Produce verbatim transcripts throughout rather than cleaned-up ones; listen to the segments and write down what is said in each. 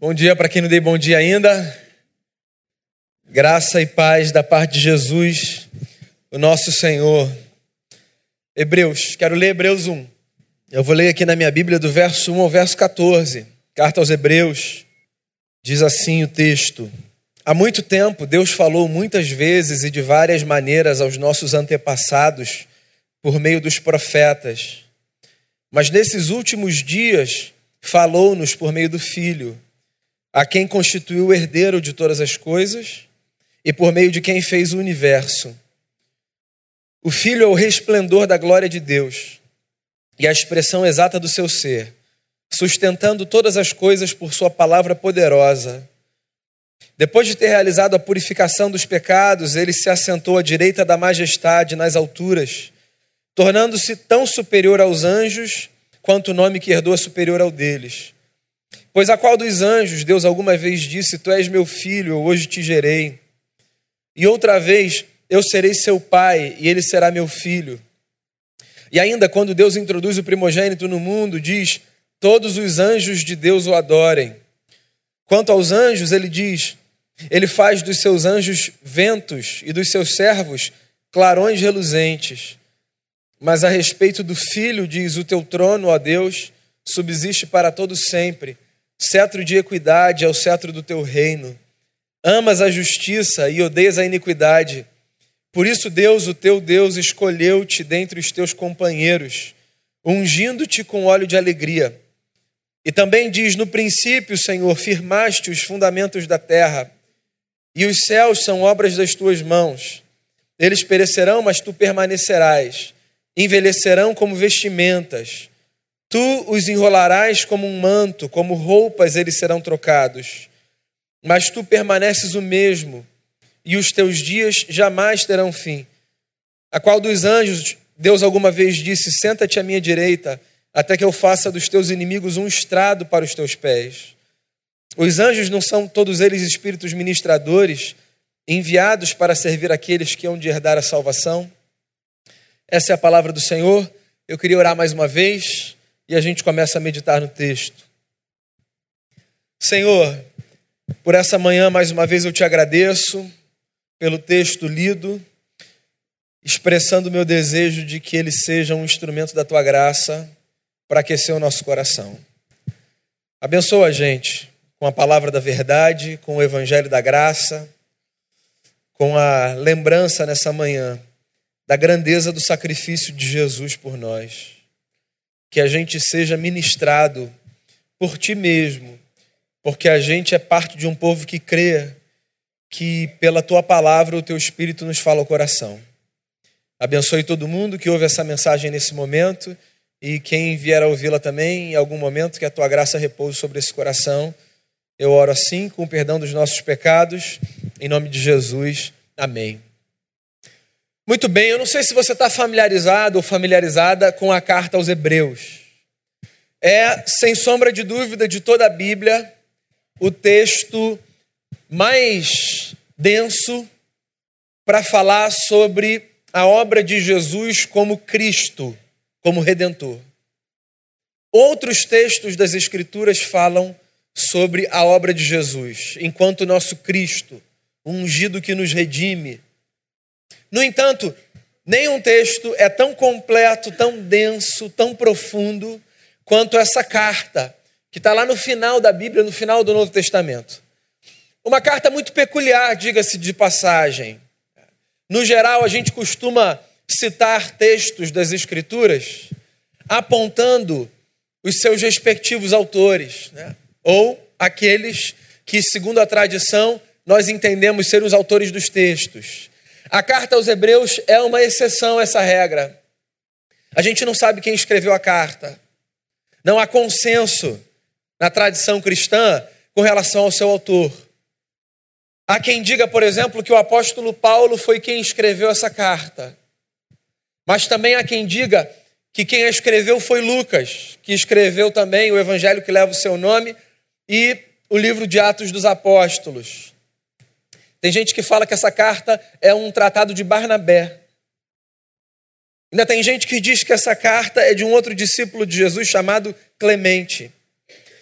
Bom dia para quem não dei bom dia ainda. Graça e paz da parte de Jesus, o nosso Senhor. Hebreus, quero ler Hebreus um. Eu vou ler aqui na minha Bíblia do verso um ao verso catorze. Carta aos Hebreus, diz assim o texto: Há muito tempo Deus falou muitas vezes e de várias maneiras aos nossos antepassados por meio dos profetas. Mas nesses últimos dias falou-nos por meio do Filho, a quem constituiu o herdeiro de todas as coisas e por meio de quem fez o universo. O Filho é o resplendor da glória de Deus e a expressão exata do seu ser, sustentando todas as coisas por sua palavra poderosa. Depois de ter realizado a purificação dos pecados, ele se assentou à direita da majestade nas alturas, tornando-se tão superior aos anjos quanto o nome que herdou é superior ao deles. Pois a qual dos anjos Deus alguma vez disse: Tu és meu filho, eu hoje te gerei. E outra vez, eu serei seu pai e ele será meu filho. E ainda quando Deus introduz o primogênito no mundo, diz: Todos os anjos de Deus o adorem. Quanto aos anjos, ele diz: Ele faz dos seus anjos ventos e dos seus servos clarões reluzentes. Mas a respeito do Filho, diz: O teu trono, ó Deus, subsiste para todo sempre. Cetro de equidade é o cetro do teu reino. Amas a justiça e odeias a iniquidade. Por isso Deus, o teu Deus, escolheu-te dentre os teus companheiros, ungindo-te com óleo de alegria. E também diz: No princípio, Senhor, firmaste os fundamentos da terra, e os céus são obras das tuas mãos. Eles perecerão, mas tu permanecerás. Envelhecerão como vestimentas. Tu os enrolarás como um manto, como roupas eles serão trocados. Mas tu permaneces o mesmo, e os teus dias jamais terão fim. A qual dos anjos Deus alguma vez disse: Senta-te à minha direita, até que eu faça dos teus inimigos um estrado para os teus pés. Os anjos não são todos eles espíritos ministradores, enviados para servir aqueles que hão de herdar a salvação? Essa é a palavra do Senhor. Eu queria orar mais uma vez e a gente começa a meditar no texto. Senhor, por essa manhã mais uma vez eu te agradeço pelo texto lido, expressando o meu desejo de que ele seja um instrumento da tua graça para aquecer o nosso coração. Abençoa a gente com a palavra da verdade, com o evangelho da graça, com a lembrança nessa manhã da grandeza do sacrifício de Jesus por nós. Que a gente seja ministrado por ti mesmo, porque a gente é parte de um povo que crê que pela tua palavra o teu Espírito nos fala ao coração. Abençoe todo mundo que ouve essa mensagem nesse momento e quem vier a ouvi-la também em algum momento, que a tua graça repouse sobre esse coração. Eu oro assim, com o perdão dos nossos pecados, em nome de Jesus. Amém. Muito bem, eu não sei se você está familiarizado ou familiarizada com a carta aos Hebreus. É, sem sombra de dúvida, de toda a Bíblia, o texto mais denso para falar sobre a obra de Jesus como Cristo, como Redentor. Outros textos das Escrituras falam sobre a obra de Jesus, enquanto nosso Cristo, o ungido que nos redime. No entanto, nenhum texto é tão completo, tão denso, tão profundo quanto essa carta, que está lá no final da Bíblia, no final do Novo Testamento. Uma carta muito peculiar, diga-se de passagem. No geral, a gente costuma citar textos das Escrituras apontando os seus respectivos autores, né? Ou aqueles que, segundo a tradição, nós entendemos ser os autores dos textos. A carta aos Hebreus é uma exceção a essa regra. A gente não sabe quem escreveu a carta. Não há consenso na tradição cristã com relação ao seu autor. Há quem diga, por exemplo, que o apóstolo Paulo foi quem escreveu essa carta. Mas também há quem diga que quem a escreveu foi Lucas, que escreveu também o evangelho que leva o seu nome e o livro de Atos dos Apóstolos. Tem gente que fala que essa carta é um tratado de Barnabé. Ainda tem gente que diz que essa carta é de um outro discípulo de Jesus chamado Clemente.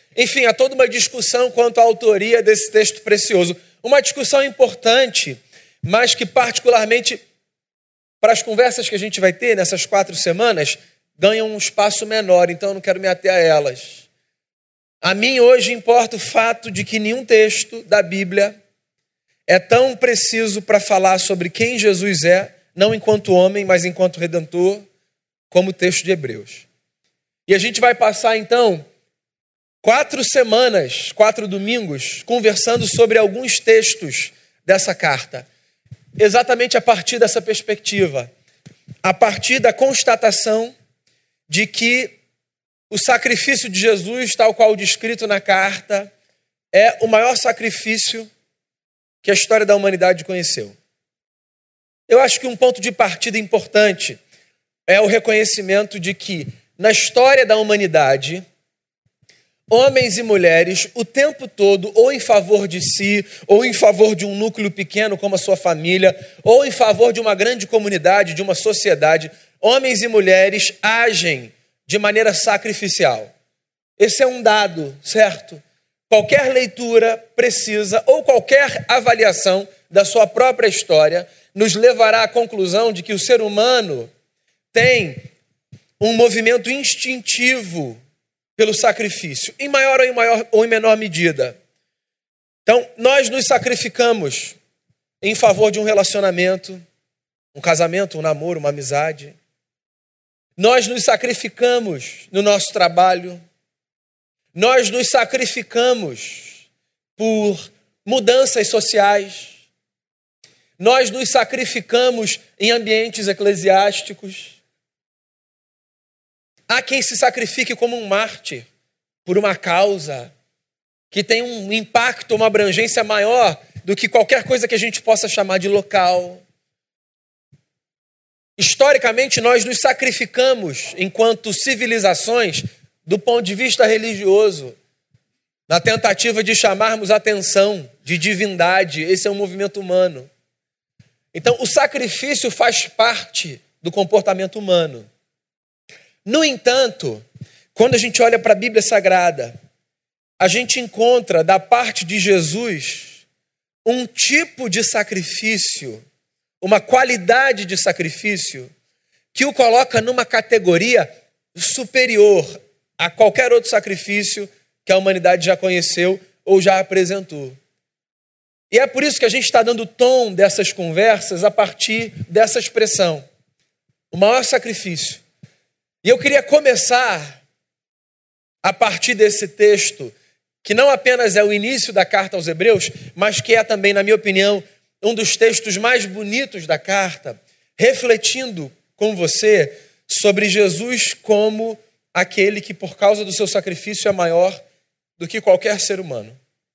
Enfim, há toda uma discussão quanto à autoria desse texto precioso. Uma discussão importante, mas que particularmente para as conversas que a gente vai ter nessas quatro semanas, ganham um espaço menor, então eu não quero me ater a elas. A mim hoje importa o fato de que nenhum texto da Bíblia é tão preciso para falar sobre quem Jesus é, não enquanto homem, mas enquanto redentor, como o texto de Hebreus. E a gente vai passar então quatro semanas, quatro domingos, conversando sobre alguns textos dessa carta. Exatamente a partir dessa perspectiva, a partir da constatação de que o sacrifício de Jesus, tal qual descrito na carta, é o maior sacrifício que a história da humanidade conheceu. Eu acho que um ponto de partida importante é o reconhecimento de que, na história da humanidade, homens e mulheres, o tempo todo, ou em favor de si, ou em favor de um núcleo pequeno como a sua família, ou em favor de uma grande comunidade, de uma sociedade, homens e mulheres agem de maneira sacrificial. Esse é um dado, certo? Qualquer leitura precisa, ou qualquer avaliação da sua própria história, nos levará à conclusão de que o ser humano tem um movimento instintivo pelo sacrifício, em maior ou em, maior, ou em menor medida. Então, nós nos sacrificamos em favor de um relacionamento, um casamento, um namoro, uma amizade. Nós nos sacrificamos no nosso trabalho. Nós nos sacrificamos por mudanças sociais. Nós nos sacrificamos em ambientes eclesiásticos. Há quem se sacrifique como um mártir por uma causa que tem um impacto, uma abrangência maior do que qualquer coisa que a gente possa chamar de local. Historicamente, nós nos sacrificamos enquanto civilizações do ponto de vista religioso, na tentativa de chamarmos a atenção de divindade. Esse é um movimento humano. Então, o sacrifício faz parte do comportamento humano. No entanto, quando a gente olha para a Bíblia Sagrada, a gente encontra da parte de Jesus um tipo de sacrifício, uma qualidade de sacrifício que o coloca numa categoria superior a qualquer outro sacrifício que a humanidade já conheceu ou já apresentou. E é por isso que a gente está dando tom dessas conversas a partir dessa expressão, o maior sacrifício. E eu queria começar a partir desse texto, que não apenas é o início da carta aos Hebreus, mas que é também, na minha opinião, um dos textos mais bonitos da carta, refletindo com você sobre Jesus como aquele que, por causa do seu sacrifício, é maior do que qualquer ser humano.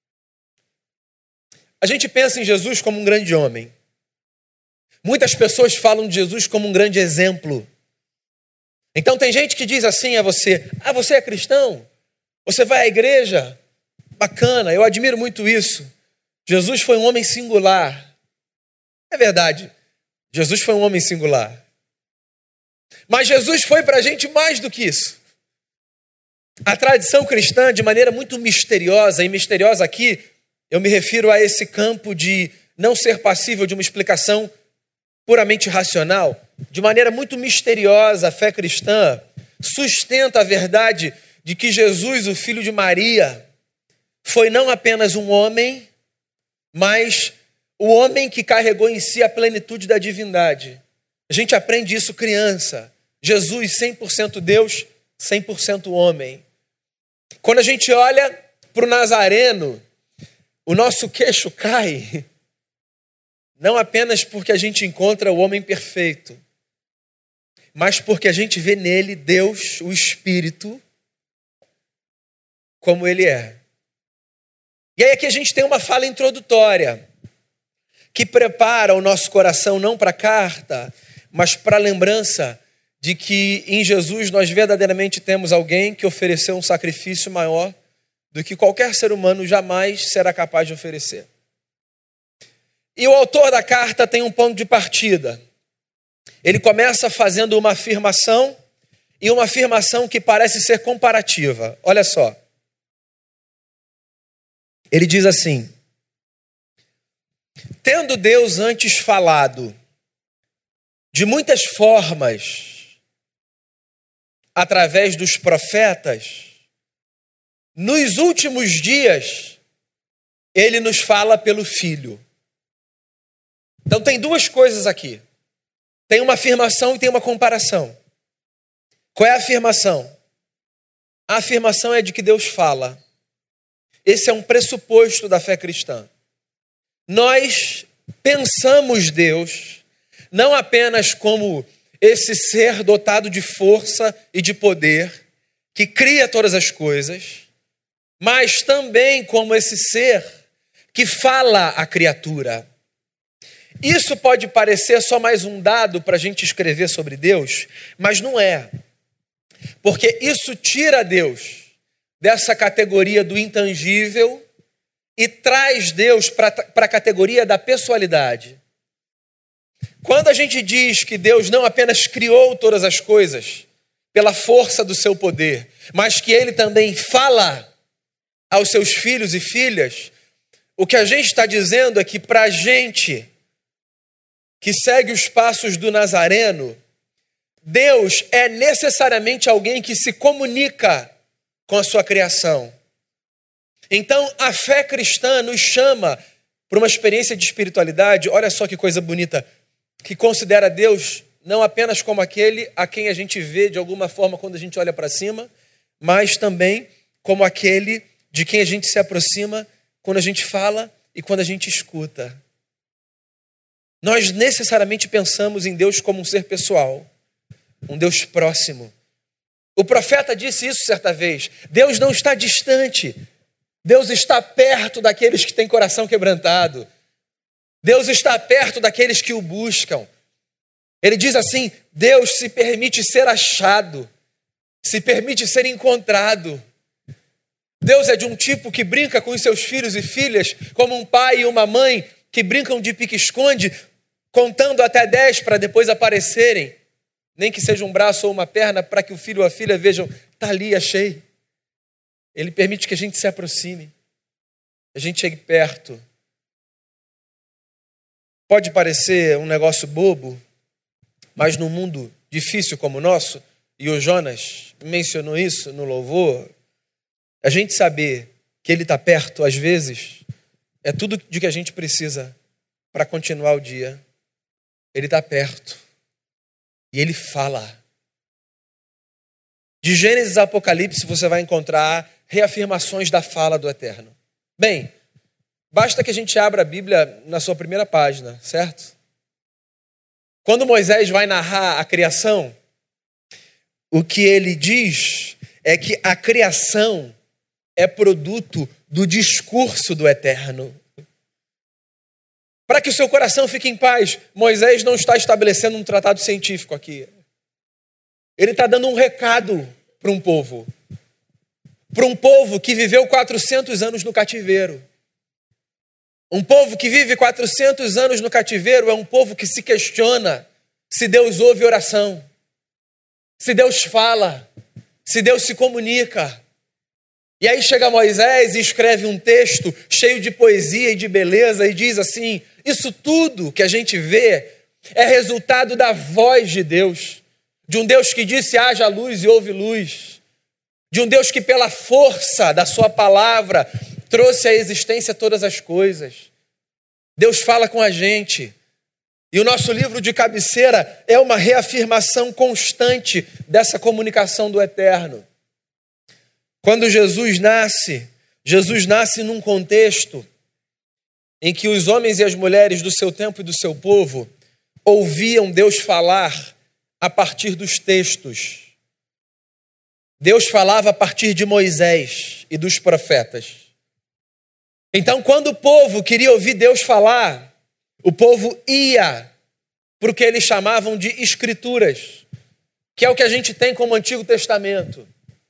A gente pensa em Jesus como um grande homem. Muitas pessoas falam de Jesus como um grande exemplo. Então tem gente que diz assim a você: ah, você é cristão? Você vai à igreja? Bacana, eu admiro muito isso. Jesus foi um homem singular. É verdade, Jesus foi um homem singular. Mas Jesus foi para a gente mais do que isso. A tradição cristã, de maneira muito misteriosa, e misteriosa aqui, eu me refiro a esse campo de não ser passível de uma explicação puramente racional. De maneira muito misteriosa, a fé cristã sustenta a verdade de que Jesus, o filho de Maria, foi não apenas um homem, mas o homem que carregou em si a plenitude da divindade. A gente aprende isso criança. Jesus, cem por cento Deus, cem por cento homem. Quando a gente olha para o Nazareno, o nosso queixo cai, não apenas porque a gente encontra o homem perfeito, mas porque a gente vê nele Deus, o Espírito, como ele é. E aí aqui a gente tem uma fala introdutória, que prepara o nosso coração não para a carta, mas para a lembrança de que em Jesus nós verdadeiramente temos alguém que ofereceu um sacrifício maior do que qualquer ser humano jamais será capaz de oferecer. E o autor da carta tem um ponto de partida. Ele começa fazendo uma afirmação, e uma afirmação que parece ser comparativa. Olha só. Ele diz assim: tendo Deus antes falado de muitas formas através dos profetas, nos últimos dias ele nos fala pelo Filho. Então tem duas coisas aqui. Tem uma afirmação e tem uma comparação. Qual é a afirmação? A afirmação é de que Deus fala. Esse é um pressuposto da fé cristã. Nós pensamos Deus não apenas como esse ser dotado de força e de poder, que cria todas as coisas, mas também como esse ser que fala à criatura. Isso pode parecer só mais um dado para a gente escrever sobre Deus, mas não é. Porque isso tira Deus dessa categoria do intangível e traz Deus para a categoria da pessoalidade. Quando a gente diz que Deus não apenas criou todas as coisas pela força do seu poder, mas que Ele também fala aos seus filhos e filhas, o que a gente está dizendo é que para a gente que segue os passos do Nazareno, Deus é necessariamente alguém que se comunica com a sua criação. Então, a fé cristã nos chama para uma experiência de espiritualidade, olha só que coisa bonita, que considera Deus não apenas como aquele a quem a gente vê de alguma forma quando a gente olha para cima, mas também como aquele de quem a gente se aproxima quando a gente fala e quando a gente escuta. Nós necessariamente pensamos em Deus como um ser pessoal, um Deus próximo. O profeta disse isso certa vez: Deus não está distante, Deus está perto daqueles que têm coração quebrantado. Deus está perto daqueles que o buscam. Ele diz assim: Deus se permite ser achado, se permite ser encontrado. Deus é de um tipo que brinca com os seus filhos e filhas, como um pai e uma mãe que brincam de pique-esconde, contando até dez para depois aparecerem, nem que seja um braço ou uma perna, para que o filho ou a filha vejam: está ali, achei. Ele permite que a gente se aproxime, a gente chegue perto. Pode parecer um negócio bobo, mas num mundo difícil como o nosso, e o Jonas mencionou isso no louvor, a gente saber que Ele está perto, às vezes, é tudo de que a gente precisa para continuar o dia. Ele está perto e Ele fala. De Gênesis a Apocalipse você vai encontrar reafirmações da fala do Eterno. Bem, basta que a gente abra a Bíblia na sua primeira página, certo? Quando Moisés vai narrar a criação, o que ele diz é que a criação é produto do discurso do Eterno. Para que o seu coração fique em paz, Moisés não está estabelecendo um tratado científico aqui. Ele está dando um recado para um povo. Para um povo que viveu quatrocentos anos no cativeiro. Um povo que vive quatrocentos anos no cativeiro é um povo que se questiona se Deus ouve oração, se Deus fala, se Deus se comunica. E aí chega Moisés e escreve um texto cheio de poesia e de beleza e diz assim: isso tudo que a gente vê é resultado da voz de Deus, de um Deus que disse haja luz e houve luz, de um Deus que pela força da sua palavra trouxe à existência todas as coisas. Deus fala com a gente. E o nosso livro de cabeceira é uma reafirmação constante dessa comunicação do Eterno. Quando Jesus nasce, Jesus nasce num contexto em que os homens e as mulheres do seu tempo e do seu povo ouviam Deus falar a partir dos textos. Deus falava a partir de Moisés e dos profetas. Então, quando o povo queria ouvir Deus falar, o povo ia para o que eles chamavam de escrituras, que é o que a gente tem como Antigo Testamento.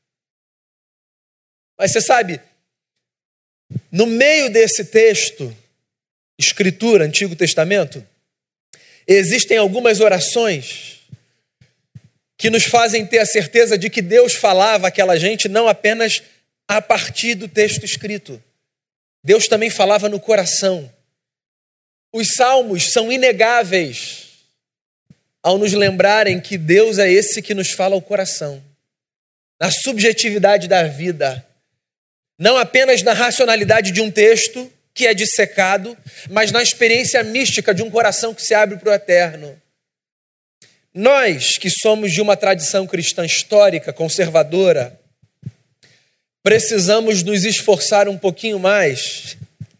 Mas você sabe, no meio desse texto, escritura, Antigo Testamento, existem algumas orações que nos fazem ter a certeza de que Deus falava àquela gente não apenas a partir do texto escrito, Deus também falava no coração. Os salmos são inegáveis ao nos lembrarem que Deus é esse que nos fala ao coração, na subjetividade da vida, não apenas na racionalidade de um texto que é dissecado, mas na experiência mística de um coração que se abre para o eterno. Nós, que somos de uma tradição cristã histórica, conservadora, precisamos nos esforçar um pouquinho mais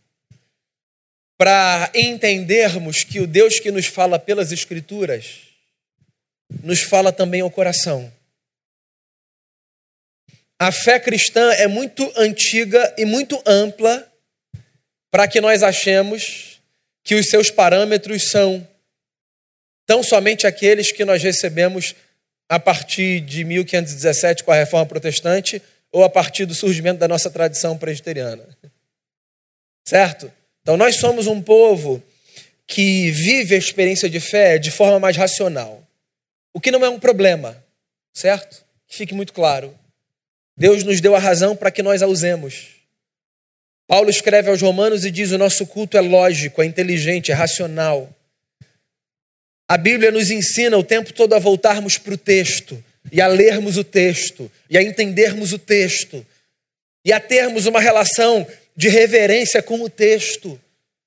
para entendermos que o Deus que nos fala pelas Escrituras nos fala também ao coração. A fé cristã é muito antiga e muito ampla para que nós achemos que os seus parâmetros são tão somente aqueles que nós recebemos a partir de mil quinhentos e dezessete com a Reforma Protestante ou a partir do surgimento da nossa tradição presbiteriana. Certo? Então nós somos um povo que vive a experiência de fé de forma mais racional. O que não é um problema, certo? Que fique muito claro. Deus nos deu a razão para que nós a usemos. Paulo escreve aos Romanos e diz: o nosso culto é lógico, é inteligente, é racional. A Bíblia nos ensina o tempo todo a voltarmos para o texto, e a lermos o texto, e a entendermos o texto, e a termos uma relação de reverência com o texto.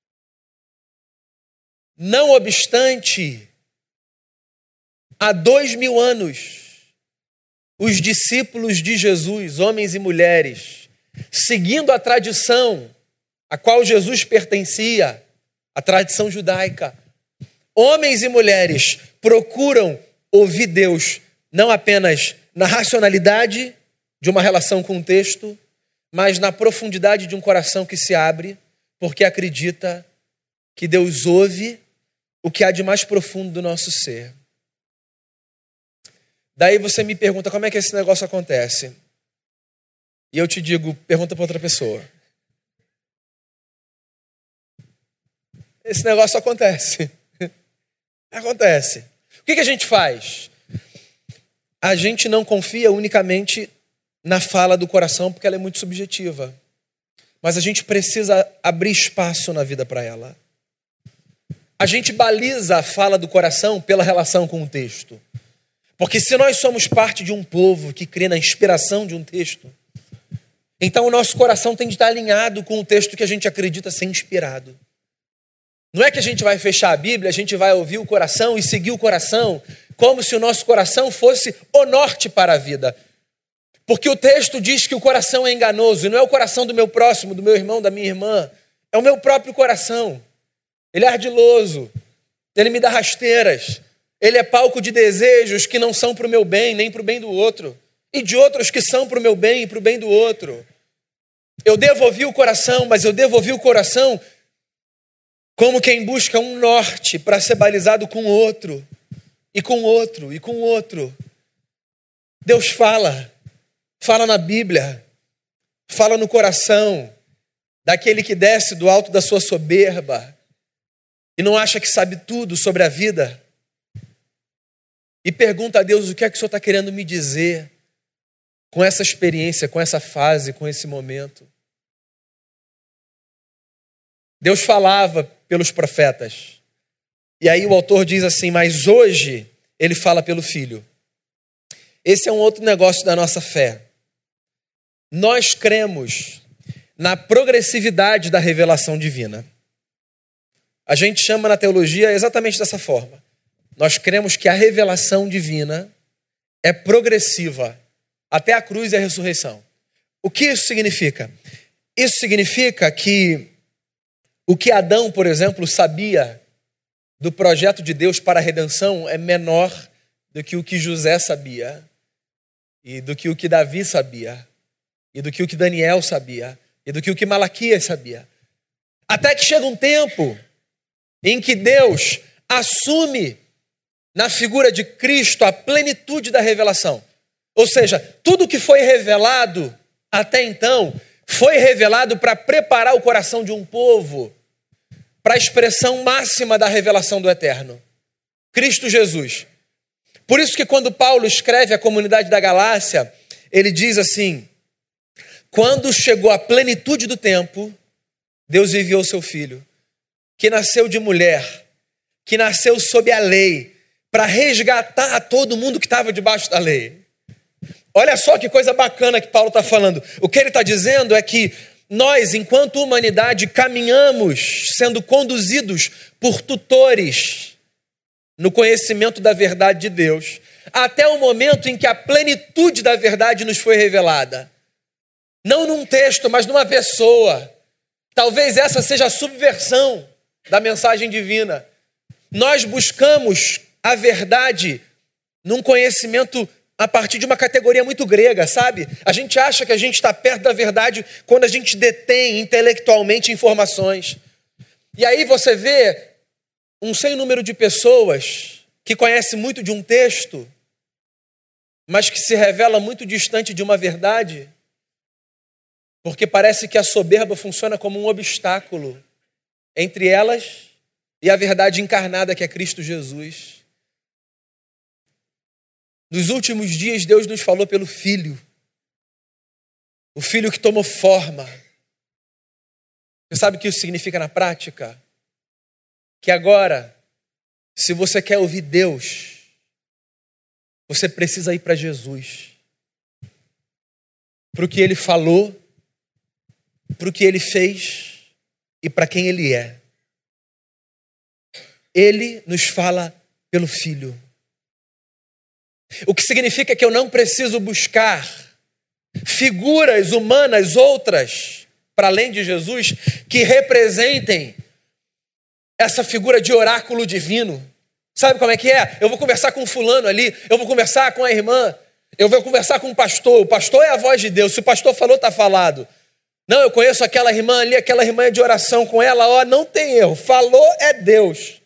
Não obstante, há dois mil anos, os discípulos de Jesus, homens e mulheres, seguindo a tradição a qual Jesus pertencia, a tradição judaica, homens e mulheres procuram ouvir Deus não apenas na racionalidade de uma relação com o texto, mas na profundidade de um coração que se abre, porque acredita que Deus ouve o que há de mais profundo do nosso ser. Daí você me pergunta, como é que esse negócio acontece? E eu te digo, pergunta para outra pessoa. Esse negócio acontece. Acontece. O que que a gente faz? A gente não confia unicamente na fala do coração, porque ela é muito subjetiva. Mas a gente precisa abrir espaço na vida para ela. A gente baliza a fala do coração pela relação com o texto. Porque se nós somos parte de um povo que crê na inspiração de um texto, então o nosso coração tem de estar alinhado com o texto que a gente acredita ser inspirado. Não é que a gente vai fechar a Bíblia, a gente vai ouvir o coração e seguir o coração, como se o nosso coração fosse o norte para a vida. Porque o texto diz que o coração é enganoso, e não é o coração do meu próximo, do meu irmão, da minha irmã, é o meu próprio coração. Ele é ardiloso, ele me dá rasteiras, ele é palco de desejos que não são para o meu bem, nem para o bem do outro, e de outros que são para o meu bem e para o bem do outro. Eu devo ouvir o coração, mas eu devo ouvir o coração como quem busca um norte para ser balizado com outro, e com outro, e com outro. Deus fala, fala na Bíblia, fala no coração daquele que desce do alto da sua soberba e não acha que sabe tudo sobre a vida e pergunta a Deus: o que é que o Senhor está querendo me dizer com essa experiência, com essa fase, com esse momento? Deus falava pelos profetas. E aí o autor diz assim: mas hoje ele fala pelo Filho. Esse é um outro negócio da nossa fé. Nós cremos na progressividade da revelação divina. A gente chama na teologia exatamente dessa forma. Nós cremos que a revelação divina é progressiva até a cruz e a ressurreição. O que isso significa? Isso significa que o que Adão, por exemplo, sabia do projeto de Deus para a redenção é menor do que o que José sabia, e do que o que Davi sabia, e do que o que Daniel sabia, e do que o que Malaquias sabia. Até que chega um tempo em que Deus assume na figura de Cristo a plenitude da revelação. Ou seja, tudo que foi revelado até então foi revelado para preparar o coração de um povo para a expressão máxima da revelação do eterno, Cristo Jesus. Por isso que quando Paulo escreve à comunidade da Galácia, ele diz assim: quando chegou a plenitude do tempo, Deus enviou seu Filho, que nasceu de mulher, que nasceu sob a lei, para resgatar todo mundo que estava debaixo da lei. Olha só que coisa bacana que Paulo está falando. O que ele está dizendo é que nós, enquanto humanidade, caminhamos sendo conduzidos por tutores no conhecimento da verdade de Deus, até o momento em que a plenitude da verdade nos foi revelada. Não num texto, mas numa pessoa. Talvez essa seja a subversão da mensagem divina. Nós buscamos a verdade num conhecimento a partir de uma categoria muito grega, sabe? A gente acha que a gente está perto da verdade quando a gente detém intelectualmente informações. E aí você vê um sem número de pessoas que conhece muito de um texto, mas que se revela muito distante de uma verdade, porque parece que a soberba funciona como um obstáculo entre elas e a verdade encarnada que é Cristo Jesus. Nos últimos dias, Deus nos falou pelo Filho, o Filho que tomou forma. Você sabe o que isso significa na prática? Que agora, se você quer ouvir Deus, você precisa ir para Jesus, para o que Ele falou, para o que Ele fez e para quem Ele é. Ele nos fala pelo Filho. O que significa que eu não preciso buscar figuras humanas outras, para além de Jesus, que representem essa figura de oráculo divino. Sabe como é que é? Eu vou conversar com fulano ali, eu vou conversar com a irmã, eu vou conversar com o pastor. O pastor é a voz de Deus. Se o pastor falou, está falado. Não, eu conheço aquela irmã ali, aquela irmã é de oração com ela, ó, não tem erro. Falou é Deus.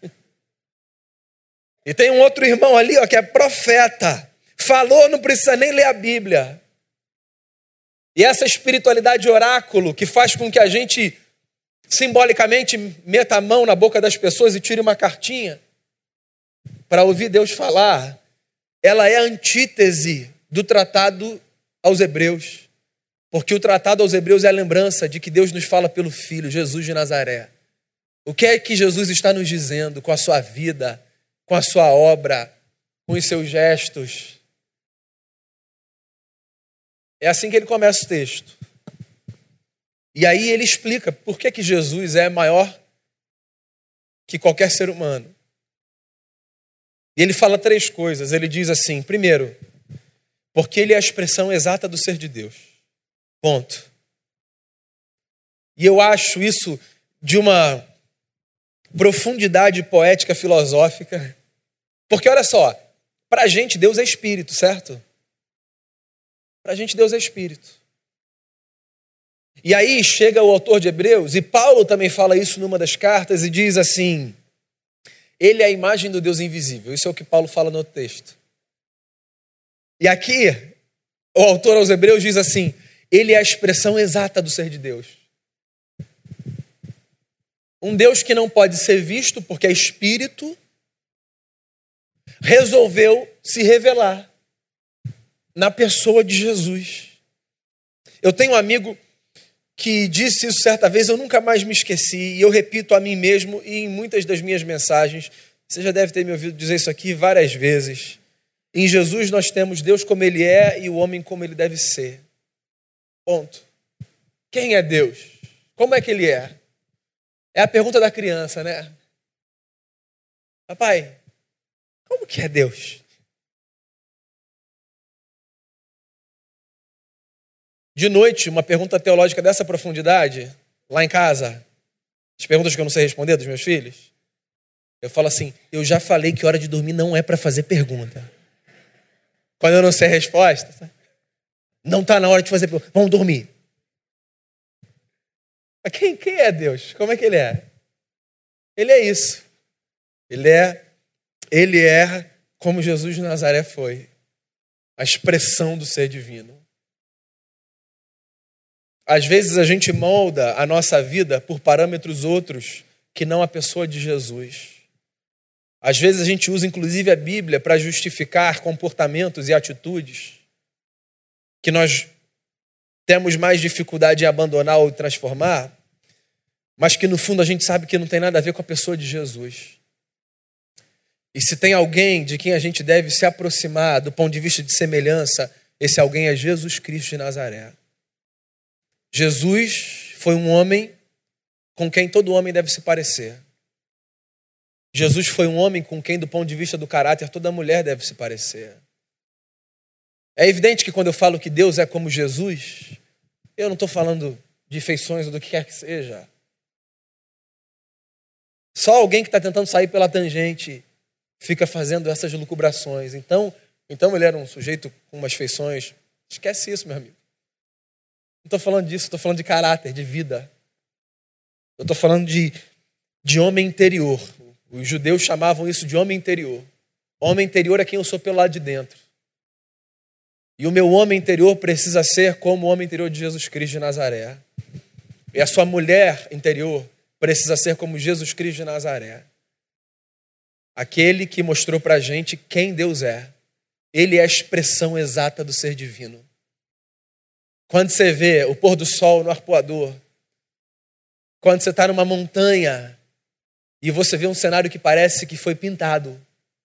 E tem um outro irmão ali, ó, que é profeta. Falou, não precisa nem ler a Bíblia. E essa espiritualidade de oráculo que faz com que a gente simbolicamente meta a mão na boca das pessoas e tire uma cartinha para ouvir Deus falar, ela é a antítese do tratado aos Hebreus. Porque o tratado aos Hebreus é a lembrança de que Deus nos fala pelo Filho, Jesus de Nazaré. O que é que Jesus está nos dizendo com a sua vida, com a sua obra, com os seus gestos? É assim que ele começa o texto. E aí ele explica por que que Jesus é maior que qualquer ser humano. E ele fala três coisas. Ele diz assim, primeiro, porque ele é a expressão exata do ser de Deus. Ponto. E eu acho isso de uma profundidade poética, filosófica. Porque olha só, para a gente Deus é espírito, certo? Para a gente Deus é espírito. E aí chega o autor de Hebreus, e Paulo também fala isso numa das cartas, e diz assim, ele é a imagem do Deus invisível. Isso é o que Paulo fala no texto. E aqui, o autor aos Hebreus diz assim, ele é a expressão exata do ser de Deus. Um Deus que não pode ser visto porque é espírito, resolveu se revelar na pessoa de Jesus. Eu tenho um amigo que disse isso certa vez, eu nunca mais me esqueci, e eu repito a mim mesmo e em muitas das minhas mensagens. Você já deve ter me ouvido dizer isso aqui várias vezes. Em Jesus nós temos Deus como Ele é e o homem como ele deve ser. Ponto. Quem é Deus? Como é que Ele é? É a pergunta da criança, né? Papai, como que é Deus? De noite, uma pergunta teológica dessa profundidade, lá em casa, as perguntas que eu não sei responder dos meus filhos, eu falo assim, eu já falei que hora de dormir não é para fazer pergunta. Quando eu não sei a resposta, não está na hora de fazer pergunta, vamos dormir. Quem, quem é Deus? Como é que Ele é? Ele é isso. Ele é, ele é como Jesus de Nazaré foi, a expressão do ser divino. Às vezes a gente molda a nossa vida por parâmetros outros que não a pessoa de Jesus. Às vezes a gente usa inclusive a Bíblia para justificar comportamentos e atitudes que nós temos mais dificuldade em abandonar ou transformar. mas que no fundo a gente sabe que não tem nada a ver com a pessoa de Jesus. E se tem alguém de quem a gente deve se aproximar do ponto de vista de semelhança, esse alguém é Jesus Cristo de Nazaré. Jesus foi um homem com quem todo homem deve se parecer. Jesus foi um homem com quem, do ponto de vista do caráter, toda mulher deve se parecer. É evidente que quando eu falo que Deus é como Jesus, eu não estou falando de feições ou do que quer que seja. Só alguém que está tentando sair pela tangente fica fazendo essas lucubrações. Então, então ele era um sujeito com umas feições. Esquece isso, meu amigo. Não estou falando disso, estou falando de caráter, de vida. Eu estou falando de, de homem interior. Os judeus chamavam isso de homem interior. Homem interior é quem eu sou pelo lado de dentro. E o meu homem interior precisa ser como o homem interior de Jesus Cristo de Nazaré. E a sua mulher interior precisa ser como Jesus Cristo de Nazaré. Aquele que mostrou para a gente quem Deus é. Ele é a expressão exata do ser divino. Quando você vê o pôr do sol no arpoador, quando você está numa montanha e você vê um cenário que parece que foi pintado,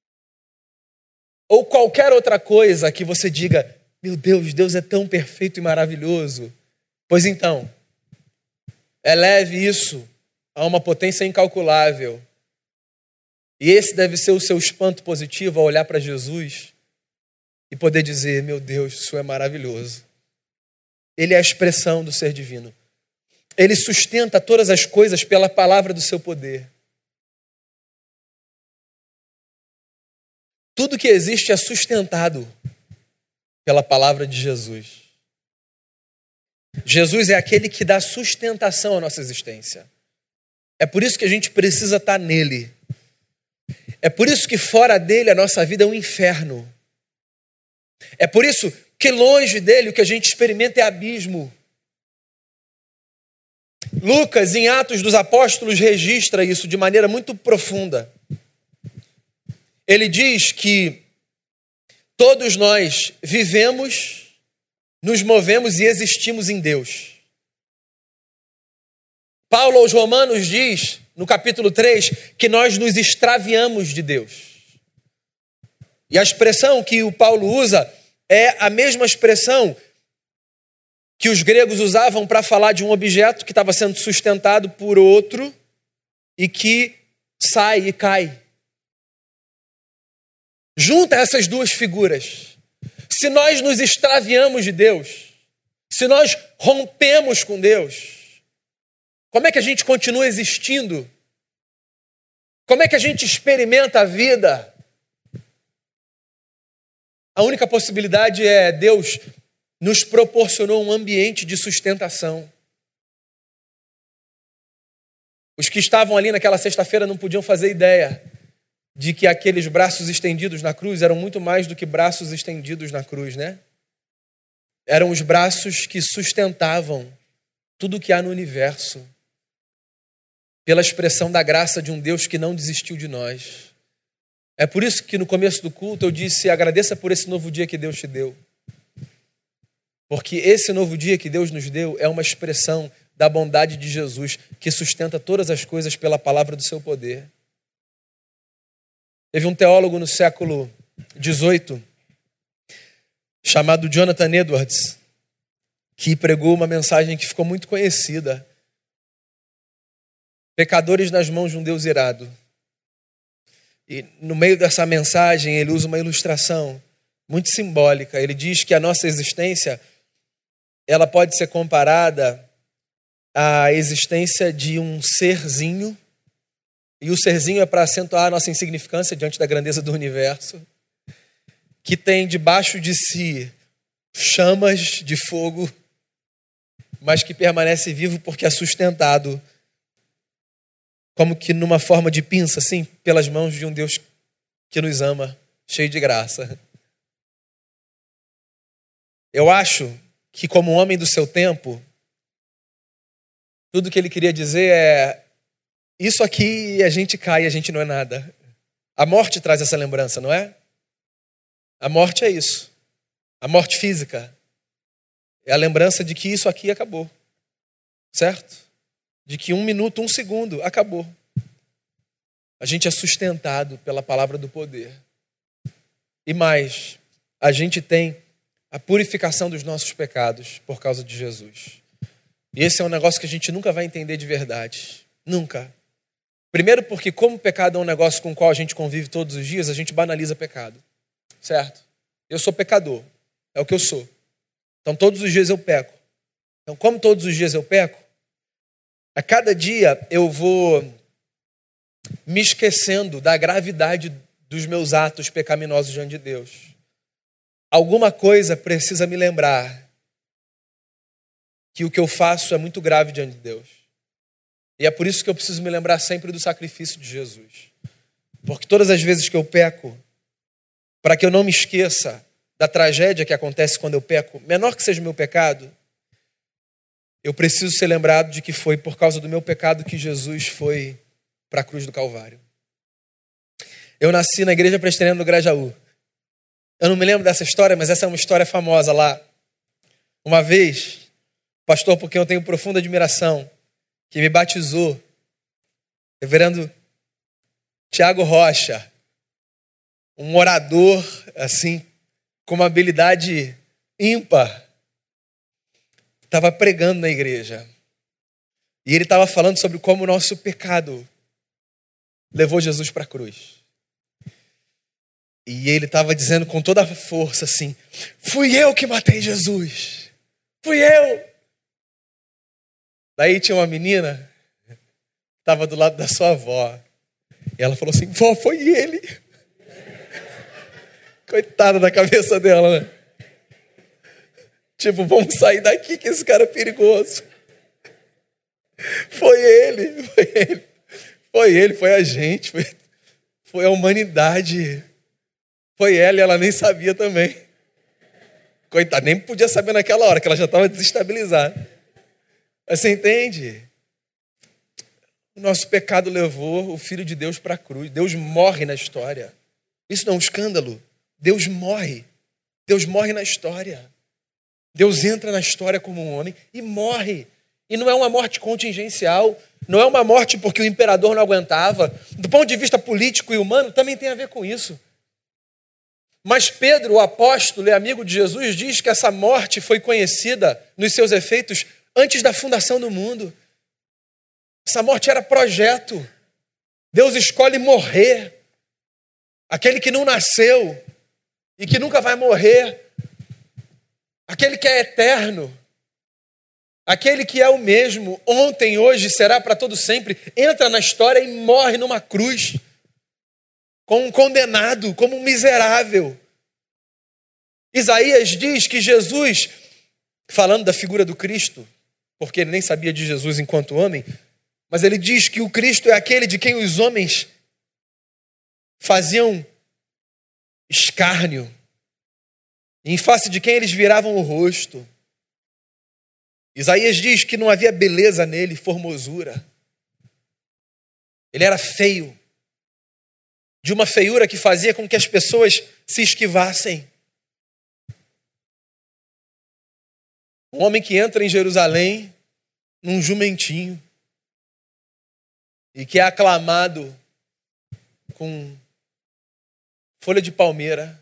ou qualquer outra coisa que você diga, meu Deus, Deus é tão perfeito e maravilhoso. Pois então, eleve isso a uma potência incalculável. E esse deve ser o seu espanto positivo ao olhar para Jesus e poder dizer, meu Deus, isso é maravilhoso. Ele é a expressão do ser divino. Ele sustenta todas as coisas pela palavra do seu poder. Tudo que existe é sustentado pela palavra de Jesus. Jesus é aquele que dá sustentação à nossa existência. É por isso que a gente precisa estar nele. É por isso que fora dele a nossa vida é um inferno. É por isso que longe dele o que a gente experimenta é abismo. Lucas, em Atos dos Apóstolos, registra isso de maneira muito profunda. Ele diz que todos nós vivemos, nos movemos e existimos em Deus. Paulo aos Romanos diz, no capítulo três, que nós nos extraviamos de Deus. E a expressão que o Paulo usa é a mesma expressão que os gregos usavam para falar de um objeto que estava sendo sustentado por outro e que sai e cai. Junta essas duas figuras. Se nós nos extraviamos de Deus, se nós rompemos com Deus, como é que a gente continua existindo? Como é que a gente experimenta a vida? A única possibilidade é Deus nos proporcionou um ambiente de sustentação. Os que estavam ali naquela sexta-feira não podiam fazer ideia de que aqueles braços estendidos na cruz eram muito mais do que braços estendidos na cruz, né? Eram os braços que sustentavam tudo o que há no universo, pela expressão da graça de um Deus que não desistiu de nós. É por isso que no começo do culto eu disse, agradeça por esse novo dia que Deus te deu. Porque esse novo dia que Deus nos deu é uma expressão da bondade de Jesus, que sustenta todas as coisas pela palavra do seu poder. Teve um teólogo no século dezoito, chamado Jonathan Edwards, que pregou uma mensagem que ficou muito conhecida. Pecadores nas mãos de um Deus irado. E no meio dessa mensagem ele usa uma ilustração muito simbólica. Ele diz que a nossa existência ela pode ser comparada à existência de um serzinho, e o serzinho é para acentuar a nossa insignificância diante da grandeza do universo, que tem debaixo de si chamas de fogo, mas que permanece vivo porque é sustentado como que numa forma de pinça, assim, pelas mãos de um Deus que nos ama, cheio de graça. Eu acho que, como homem do seu tempo, tudo que ele queria dizer é: isso aqui a gente cai, a gente não é nada. A morte traz essa lembrança, não é? A morte é isso. A morte física é a lembrança de que isso aqui acabou. Certo? de que um minuto, um segundo, acabou. A gente é sustentado pela palavra do poder. E mais, a gente tem a purificação dos nossos pecados por causa de Jesus. E esse é um negócio que a gente nunca vai entender de verdade. Nunca. Primeiro porque como o pecado é um negócio com o qual a gente convive todos os dias, a gente banaliza pecado. Certo? Eu sou pecador. É o que eu sou. Então todos os dias eu peco. Então como todos os dias eu peco, a cada dia eu vou me esquecendo da gravidade dos meus atos pecaminosos diante de Deus. Alguma coisa precisa me lembrar que o que eu faço é muito grave diante de Deus. E é por isso que eu preciso me lembrar sempre do sacrifício de Jesus. Porque todas as vezes que eu peco, para que eu não me esqueça da tragédia que acontece quando eu peco, menor que seja o meu pecado, eu preciso ser lembrado de que foi por causa do meu pecado que Jesus foi para a cruz do Calvário. Eu nasci na igreja presbiteriana do Grajaú. Eu não me lembro dessa história, mas essa é uma história famosa lá. Uma vez, o pastor por quem eu tenho profunda admiração, que me batizou, reverendo Tiago Rocha, um orador, assim, com uma habilidade ímpar, estava pregando na igreja. E ele estava falando sobre como o nosso pecado levou Jesus para a cruz. E ele estava dizendo com toda a força assim, fui eu que matei Jesus. Fui eu. Daí tinha uma menina, estava do lado da sua avó. E ela falou assim, vó, foi ele. Coitada da cabeça dela, né? Tipo, vamos sair daqui que esse cara é perigoso. Foi ele, foi ele. Foi ele, foi a gente, foi, foi a humanidade. Foi ela e ela nem sabia também. Coitada, nem podia saber naquela hora, que ela já estava desestabilizada. Mas você entende? O nosso pecado levou o Filho de Deus para a cruz. Deus morre na história. Isso não é um escândalo. Deus morre. Deus morre na história. Deus entra na história como um homem e morre. E não é uma morte contingencial. Não é uma morte porque o imperador não aguentava. Do ponto de vista político e humano, também tem a ver com isso. Mas Pedro, o apóstolo e amigo de Jesus, diz que essa morte foi conhecida nos seus efeitos antes da fundação do mundo. Essa morte era projeto. Deus escolhe morrer. Aquele que não nasceu e que nunca vai morrer. Aquele que é eterno. Aquele que é o mesmo, ontem, hoje, será para todo sempre, entra na história e morre numa cruz. Como um condenado, como um miserável. Isaías diz que Jesus, falando da figura do Cristo, porque ele nem sabia de Jesus enquanto homem, mas ele diz que o Cristo é aquele de quem os homens faziam escárnio, em face de quem eles viravam o rosto. Isaías diz que não havia beleza nele, formosura. Ele era feio. De uma feiura que fazia com que as pessoas se esquivassem. Um homem que entra em Jerusalém num jumentinho e que é aclamado com folha de palmeira.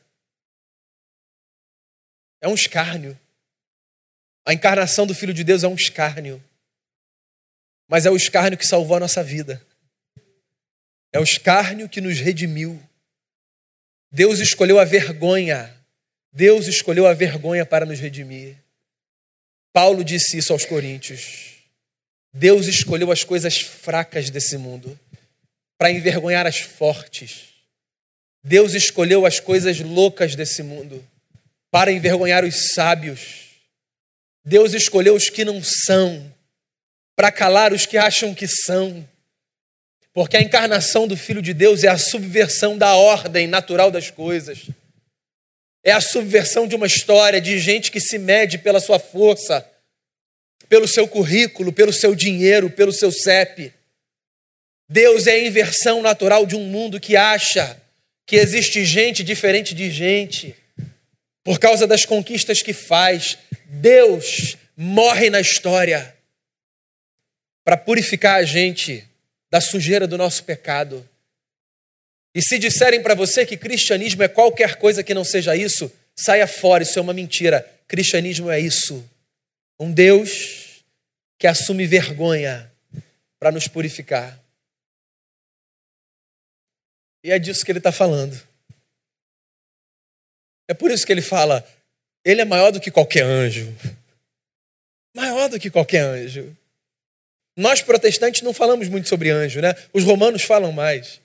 É um escárnio. A encarnação do Filho de Deus é um escárnio. Mas é o escárnio que salvou a nossa vida. É o escárnio que nos redimiu. Deus escolheu a vergonha. Deus escolheu a vergonha para nos redimir. Paulo disse isso aos Coríntios. Deus escolheu as coisas fracas desse mundo para envergonhar as fortes. Deus escolheu as coisas loucas desse mundo para envergonhar os sábios. Deus escolheu os que não são para calar os que acham que são. Porque a encarnação do Filho de Deus é a subversão da ordem natural das coisas. É a subversão de uma história de gente que se mede pela sua força, pelo seu currículo, pelo seu dinheiro, pelo seu C E P. Deus é a inversão natural de um mundo que acha que existe gente diferente de gente por causa das conquistas que faz. Deus morre na história. para purificar a gente da sujeira do nosso pecado. E se disserem para você que cristianismo é qualquer coisa que não seja isso, saia fora, isso é uma mentira. Cristianismo é isso. Um Deus que assume vergonha para nos purificar. E é disso que ele está falando. É por isso que ele fala, ele é maior do que qualquer anjo. Maior do que qualquer anjo. Nós protestantes não falamos muito sobre anjo, né? Os romanos falam mais.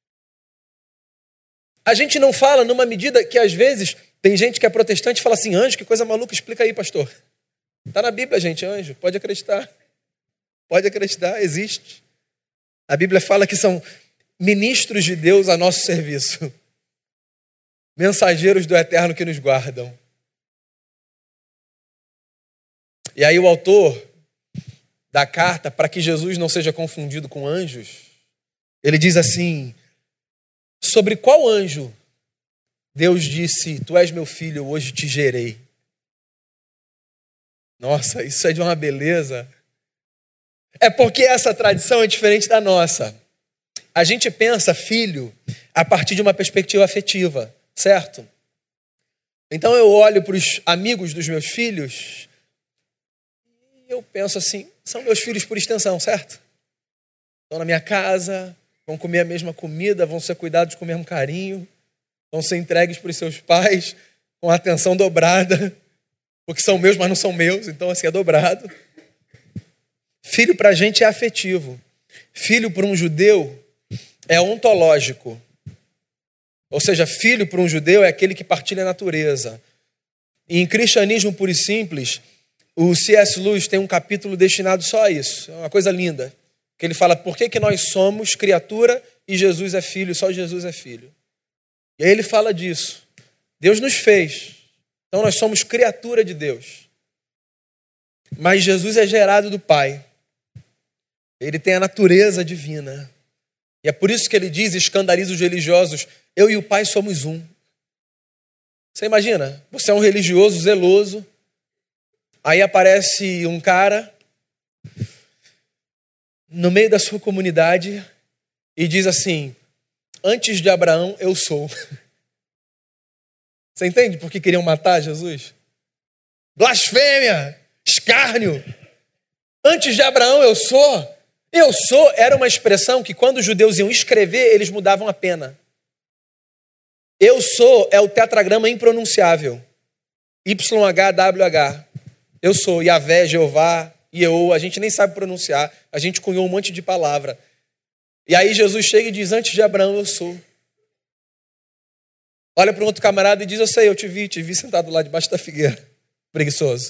A gente não fala numa medida que às vezes tem gente que é protestante e fala assim, anjo, que coisa maluca, explica aí, pastor. Está na Bíblia, gente, anjo, pode acreditar. Pode acreditar, existe. A Bíblia fala que são ministros de Deus a nosso serviço. Mensageiros do Eterno que nos guardam. E aí o autor da carta, para que Jesus não seja confundido com anjos, ele diz assim, sobre qual anjo Deus disse, tu és meu filho, hoje te gerei. Nossa, isso é de uma beleza. É porque essa tradição é diferente da nossa. A gente pensa filho a partir de uma perspectiva afetiva, certo? Então eu olho para os amigos dos meus filhos e eu penso assim, são meus filhos por extensão, certo? Estão na minha casa, vão comer a mesma comida, vão ser cuidados com o mesmo carinho, vão ser entregues para os seus pais com atenção dobrada, porque são meus, mas não são meus, então assim é dobrado. Filho para a gente é afetivo. Filho para um judeu é ontológico. Ou seja, filho para um judeu é aquele que partilha a natureza. E em cristianismo puro e simples, o C S Lewis tem um capítulo destinado só a isso. É uma coisa linda. Que ele fala por que, que nós somos criatura e Jesus é filho, só Jesus é filho. E aí ele fala disso. Deus nos fez. Então nós somos criatura de Deus. Mas Jesus é gerado do Pai. Ele tem a natureza divina. E é por isso que ele diz, escandaliza os religiosos, eu e o Pai somos um. Você imagina? Você é um religioso zeloso, aí aparece um cara no meio da sua comunidade e diz assim, antes de Abraão eu sou. Você entende por que queriam matar Jesus? Blasfêmia, escárnio. Antes de Abraão eu sou. Eu sou era uma expressão que quando os judeus iam escrever, eles mudavam a pena. Eu sou é o tetragrama impronunciável. Y H W H. Eu sou Yahvé, Jeová, Yehô, a gente nem sabe pronunciar. A gente cunhou um monte de palavra. E aí Jesus chega e diz, antes de Abraão eu sou. Olha para um outro camarada e diz, eu sei, eu te vi, te vi sentado lá debaixo da figueira. Preguiçoso.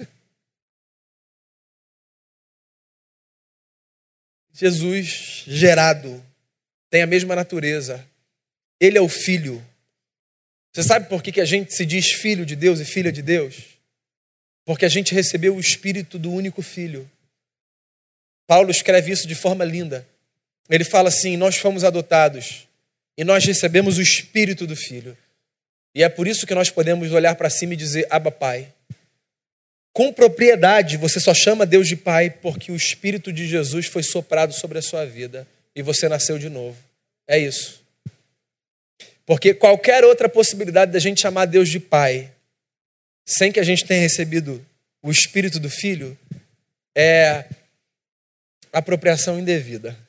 Jesus, gerado, tem a mesma natureza. Ele é o Filho. Você sabe por que que a gente se diz filho de Deus e filha de Deus? Porque a gente recebeu o Espírito do único Filho. Paulo escreve isso de forma linda. Ele fala assim, nós fomos adotados e nós recebemos o Espírito do Filho. E é por isso que nós podemos olhar para cima e dizer, Abba, Pai. Com propriedade, você só chama Deus de Pai porque o Espírito de Jesus foi soprado sobre a sua vida e você nasceu de novo. É isso. Porque qualquer outra possibilidade da gente chamar Deus de Pai, sem que a gente tenha recebido o Espírito do Filho, é apropriação indevida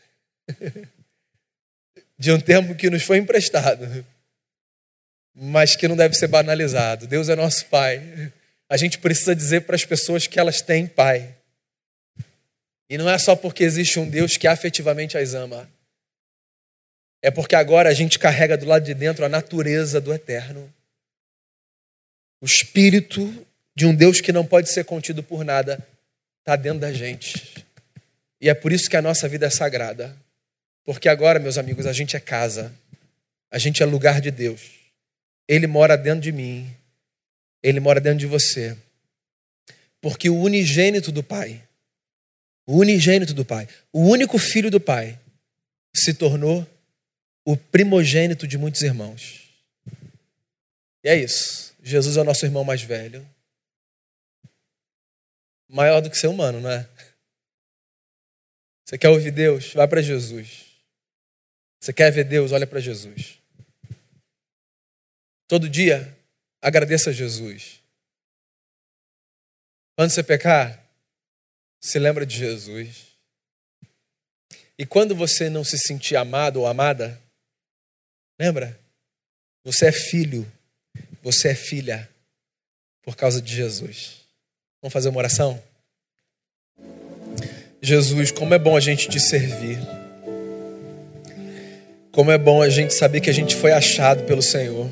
de um termo que nos foi emprestado, mas que não deve ser banalizado. Deus é nosso Pai. A gente precisa dizer para as pessoas que elas têm Pai. E não é só porque existe um Deus que afetivamente as ama. É porque agora a gente carrega do lado de dentro a natureza do Eterno. O Espírito de um Deus que não pode ser contido por nada está dentro da gente. E é por isso que a nossa vida é sagrada. Porque agora, meus amigos, a gente é casa. A gente é lugar de Deus. Ele mora dentro de mim. Ele mora dentro de você. Porque o unigênito do Pai, o unigênito do Pai, o único filho do Pai, se tornou o primogênito de muitos irmãos. E é isso. Jesus é o nosso irmão mais velho. Maior do que ser humano, não é? Você quer ouvir Deus? Vai para Jesus. Você quer ver Deus? Olha para Jesus. Todo dia, agradeça a Jesus. Quando você pecar, se lembra de Jesus. E quando você não se sentir amado ou amada, lembra? Você é filho, você é filha por causa de Jesus. Vamos fazer uma oração? Jesus, como é bom a gente te servir. Como é bom a gente saber que a gente foi achado pelo Senhor.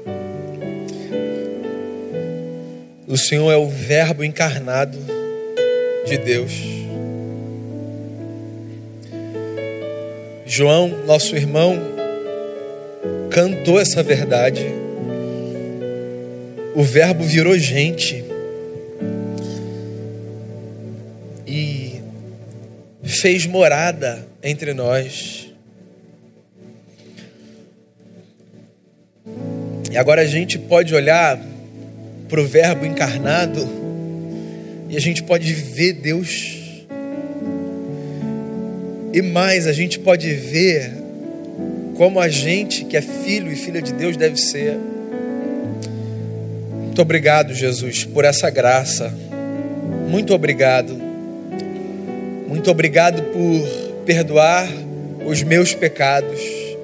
O Senhor é o Verbo encarnado de Deus. João, nosso irmão, cantou essa verdade. O Verbo virou gente e fez morada entre nós. E agora a gente pode olhar para o Verbo encarnado e a gente pode ver Deus. E mais, a gente pode ver como a gente que é filho e filha de Deus deve ser. Muito obrigado, Jesus, por essa graça. Muito obrigado. Muito obrigado por perdoar os meus pecados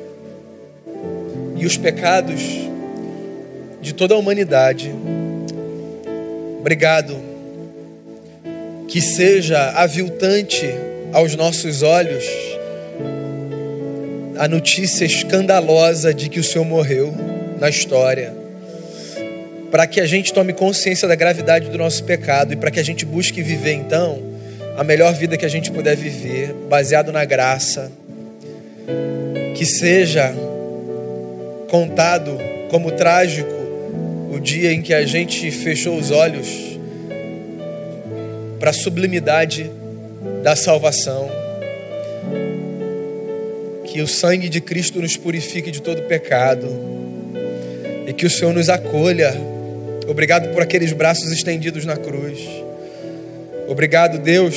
e os pecados de toda a humanidade. Obrigado. Que seja aviltante aos nossos olhos a notícia escandalosa de que o Senhor morreu na história, para que a gente tome consciência da gravidade do nosso pecado e para que a gente busque viver então a melhor vida que a gente puder viver, baseado na graça. Que seja contado como trágico o dia em que a gente fechou os olhos para a sublimidade da salvação. Que o sangue de Cristo nos purifique de todo pecado e que o Senhor nos acolha. Obrigado por aqueles braços estendidos na cruz. Obrigado, Deus,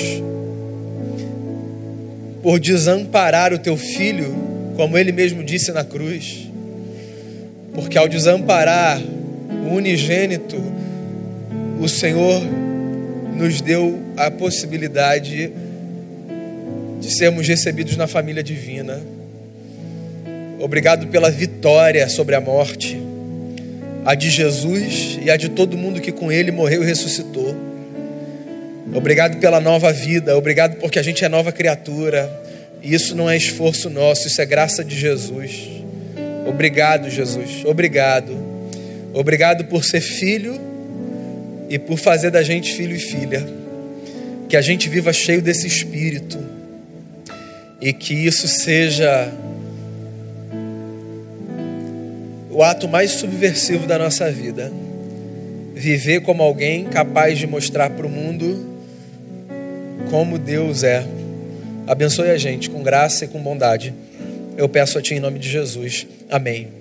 por desamparar o teu filho, como ele mesmo disse na cruz. Porque ao desamparar o unigênito, o Senhor nos deu a possibilidade de sermos recebidos na família divina. Obrigado pela vitória sobre a morte, a de Jesus e a de todo mundo que com ele morreu e ressuscitou. Obrigado pela nova vida, obrigado porque a gente é nova criatura, e isso não é esforço nosso, isso é graça de Jesus. Obrigado, Jesus, obrigado. Obrigado por ser filho e por fazer da gente filho e filha. Que a gente viva cheio desse Espírito e que isso seja o ato mais subversivo da nossa vida. Viver como alguém capaz de mostrar para o mundo como Deus é. Abençoe a gente com graça e com bondade. Eu peço a Ti em nome de Jesus. Amém.